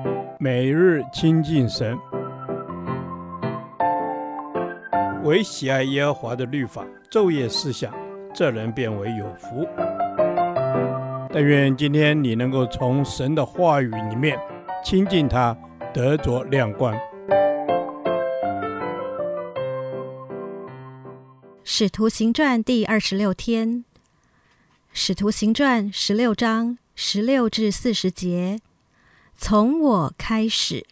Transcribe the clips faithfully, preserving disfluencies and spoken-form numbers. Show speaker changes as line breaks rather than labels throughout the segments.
每日亲近神，唯喜爱耶和华的律法，昼夜思想，这人变为有福。但愿今天你能够从神的话语里面亲近他，得着亮光。
使徒行传第二十六天，使徒行传十六章十六至四十节，从我开始。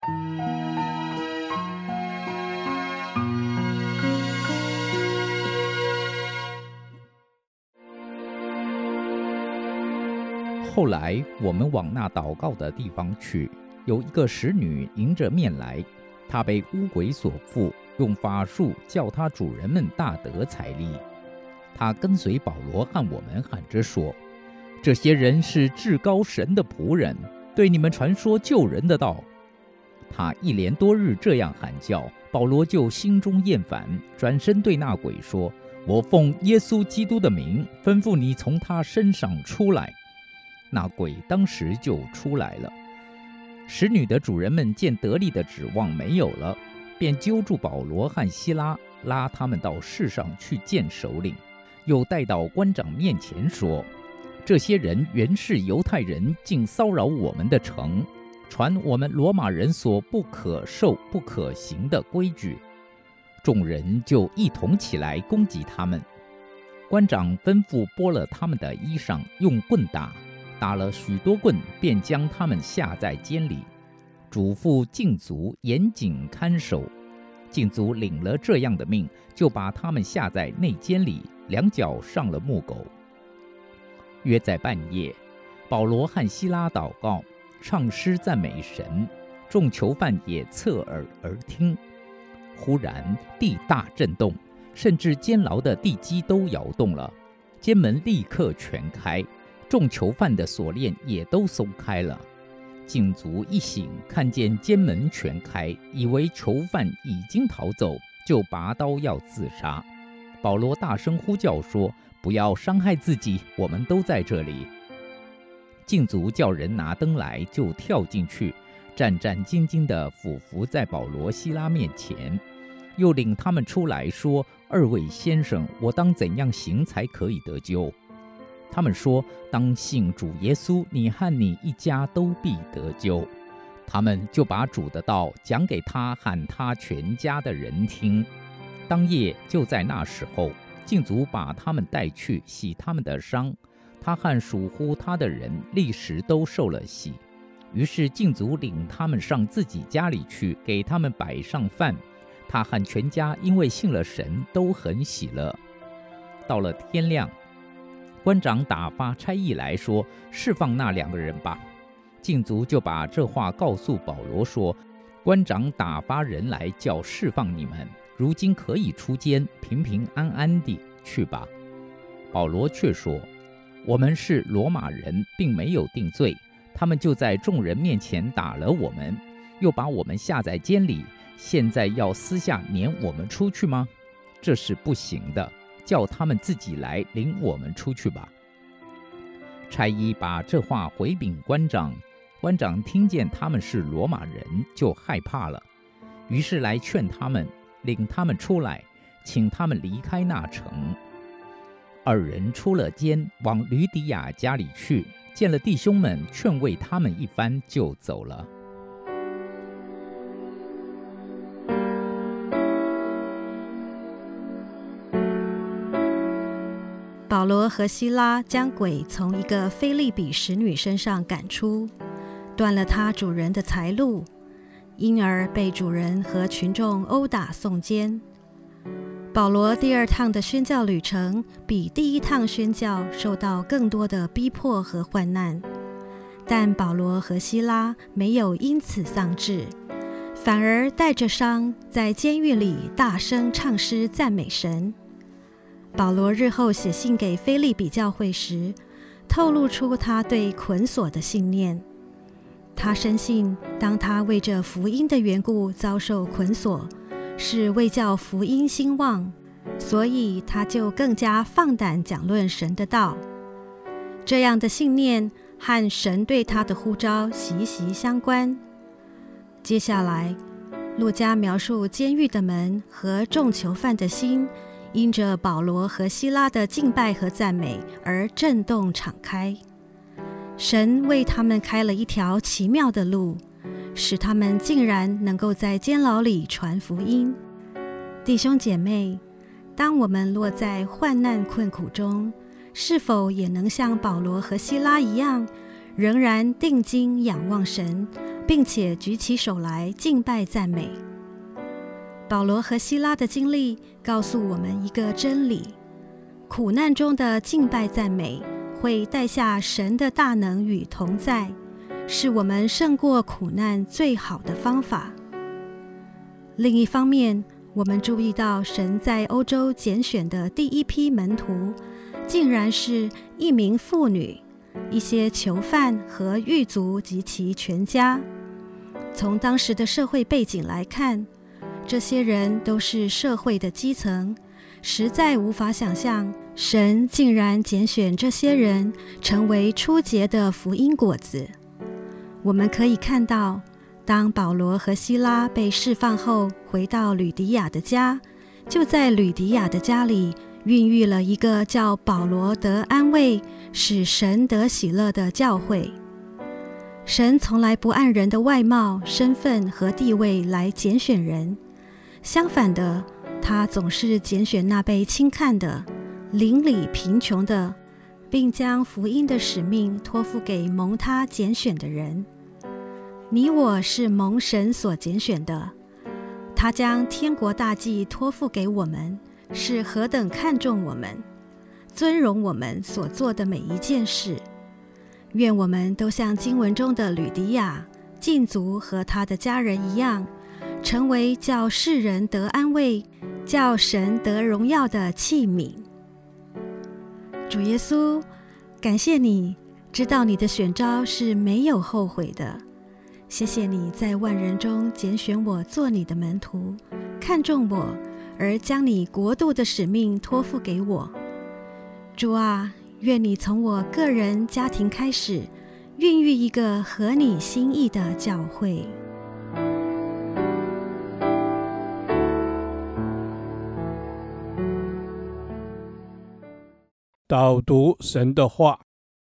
后来我们往那祷告的地方去，有一个使女迎着面来，她被污鬼所附，用法术叫她主人们大得财利。她跟随保罗和我们喊着说，这些人是至高神的仆人，对你们传说救人的道。她一连多日这样喊叫，保罗就心中厌烦，转身对那鬼说，我奉耶稣基督的名吩咐你从他身上出来。那鬼当时就出来了。使女的主人们见得力的指望没有了，便揪住保罗和希拉，拉他们到市上去见首领，又带到官长面前说，这些人原是犹太人，竟骚扰我们的城，传我们罗马人所不可受不可行的规矩。众人就一同起来攻击他们。官长吩咐剥了他们的衣裳，用棍打，打了许多棍，便将他们下在监里，嘱咐禁足严谨看守。禁足领了这样的命，就把他们下在内监里，两脚上了木狗。约在半夜，保罗和希拉祷告，唱诗赞美神，众囚犯也侧耳而听。忽然地大震动，甚至监牢的地基都摇动了，监门立刻全开，众囚犯的锁链也都松开了。禁足一醒，看见监门全开，以为囚犯已经逃走，就拔刀要自杀。保罗大声呼叫说，不要伤害自己，我们都在这里。禁足叫人拿灯来，就跳进去，战战兢兢地俯伏在保罗希拉面前，又领他们出来说，二位先生，我当怎样行才可以得救？他们说，当信主耶稣，你和你一家都必得救。他们就把主的道讲给他和他全家的人听。当夜就在那时候，禁足把他们带去洗他们的伤，他和属乎他的人立时都受了洗。于是禁足领他们上自己家里去，给他们摆上饭。他和全家因为信了神，都很喜乐。到了天亮，官长打发差役来说，释放那两个人吧。禁足就把这话告诉保罗说，官长打发人来叫释放你们，如今可以出监，平平安安地去吧。保罗却说，我们是罗马人，并没有定罪，他们就在众人面前打了我们，又把我们下在监里，现在要私下撵我们出去吗？这是不行的，叫他们自己来领我们出去吧。差役把这话回禀官长，官长听见他们是罗马人，就害怕了，于是来劝他们，领他们出来，请他们离开那城。二人出了监，往吕底亚家里去，见了弟兄们，劝慰他们一番，就走了。
保罗和希拉将鬼从一个腓利比使女身上赶出，断了他主人的财路，因而被主人和群众殴打送监。保罗第二趟的宣教旅程比第一趟宣教受到更多的逼迫和患难，但保罗和希拉没有因此丧志，反而带着伤在监狱里大声唱诗赞美神。保罗日后写信给腓利比教会时，透露出他对捆锁的信念。他深信，当他为着福音的缘故遭受捆锁，是为叫福音兴旺，所以他就更加放胆讲论神的道。这样的信念和神对他的呼召息息相关。接下来，路加描述监狱的门和众囚犯的心，因着保罗和希拉的敬拜和赞美而震动敞开。神为他们开了一条奇妙的路，使他们竟然能够在监牢里传福音。弟兄姐妹，当我们落在患难困苦中，是否也能像保罗和希拉一样，仍然定睛仰望神，并且举起手来敬拜赞美？保罗和希拉的经历告诉我们一个真理：苦难中的敬拜赞美会带下神的大能与同在，是我们胜过苦难最好的方法。另一方面，我们注意到神在欧洲拣选的第一批门徒，竟然是一名妇女、一些囚犯和狱卒及其全家。从当时的社会背景来看，这些人都是社会的基层，实在无法想象神竟然拣选这些人成为初结的福音果子。我们可以看到，当保罗和希拉被释放后回到吕底亚的家，就在吕底亚的家里孕育了一个叫保罗得安慰，使神得喜乐的教会。神从来不按人的外貌、身份和地位来拣选人，相反的，他总是拣选那被轻看的、邻里贫穷的，并将福音的使命托付给蒙他拣选的人。你我是蒙神所拣选的，他将天国大计托付给我们，是何等看重我们，尊荣我们所做的每一件事。愿我们都像经文中的吕底亚、禁足和他的家人一样，成为叫世人得安慰、叫神得荣耀的器皿。主耶稣，感谢你知道你的选召是没有后悔的。谢谢你在万人中拣选我做你的门徒，看重我，而将你国度的使命托付给我。主啊，愿你从我个人家庭开始，孕育一个合你心意的教会。
导读神的话，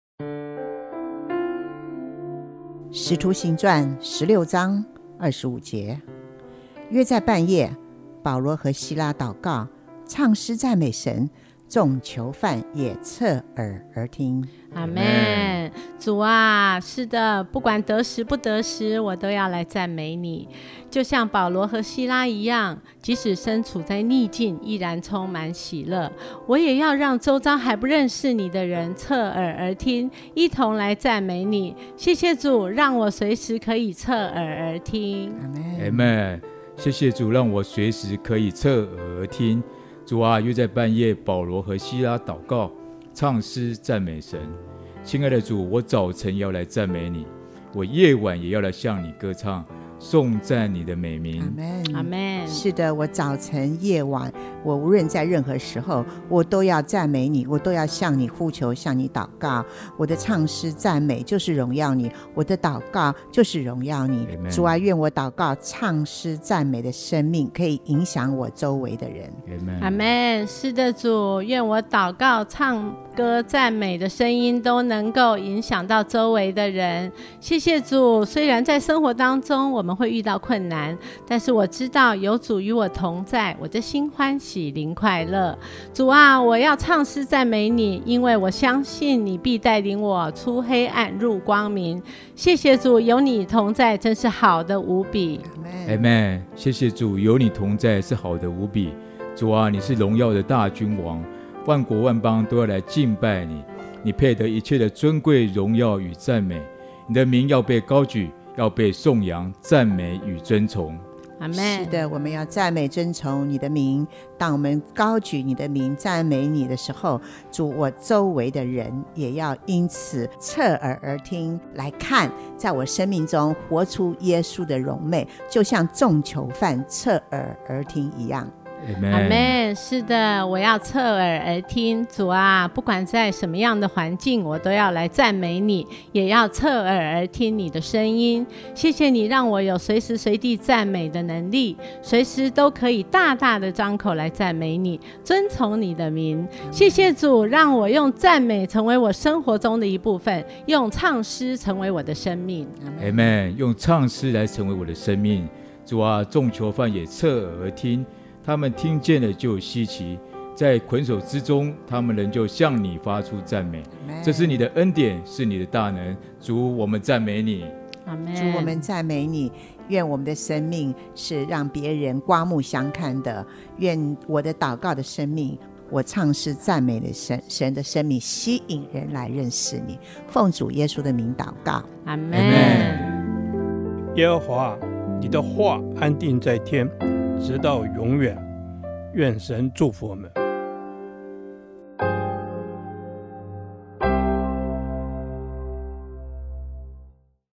使徒行传十六章二十五节，约在半夜，保罗和希拉祷告，唱诗赞美神，众囚犯也侧耳而听。
阿们。主啊，是的，不管得时不得时，我都要来赞美你。就像保罗和希拉一样，即使身处在逆境，依然充满喜乐。我也要让周遭还不认识你的人侧耳而听，一同来赞美你。谢谢主，让我随时可以侧耳而听。
阿
们。谢谢主，让我随时可以侧耳而听。主啊，约在半夜，保罗和希拉祷告，唱诗赞美神。亲爱的主，我早晨要来赞美你，我夜晚也要来向你歌唱，颂赞你的美名。
阿们。是的，我早晨夜晚，我无论在任何时候，我都要赞美你，我都要向你呼求，向你祷告。我的唱诗赞美就是荣耀你，我的祷告就是荣耀你。主啊，愿我祷告唱诗赞美的生命可以影响我周围的人。
阿们。是的，主，愿我祷告唱歌赞美的声音都能够影响到周围的人。谢谢主，虽然在生活当中我们会遇到困难，但是我知道有主与我同在，我的心欢喜灵快乐。主啊，我要唱诗赞美你，因为我相信你必带领我出黑暗入光明。谢谢主，有你同在真是好的无比。
Amen。 谢谢主，有你同在是好的无比。主啊，你是荣耀的大君王，万国万邦都要来敬拜你，你配得一切的尊贵荣耀与赞美，你的名要被高举，要被颂扬赞美与尊崇。
是的，我们要赞美尊崇你的名。当我们高举你的名赞美你的时候，主，我周围的人也要因此侧耳而听，来看在我生命中活出耶稣的荣美，就像众囚犯侧耳而听一样。
阿们。是的，我要侧耳而听。主啊，不管在什么样的环境，我都要来赞美你，也要侧耳而听你的声音。谢谢你让我有随时随地赞美的能力，随时都可以大大的张口来赞美你，遵从你的名。谢谢主，让我用赞美成为我生活中的一部分，用唱诗成为我的生命。
阿们。用唱诗来成为我的生命。主啊，众囚犯也侧耳而听，他们听见了就稀奇，在捆锁之中，他们仍旧向你发出赞美。这是你的恩典，是你的大能。主，我们赞美你。
主，我们赞美你。愿我们的生命是让别人刮目相看的。愿我的祷告的生命，我唱诗赞美的神神的生命，吸引人来认识你。奉主耶稣的名祷告，
阿们。
耶和华，你的话安定在天，直到永远。愿神祝福我们。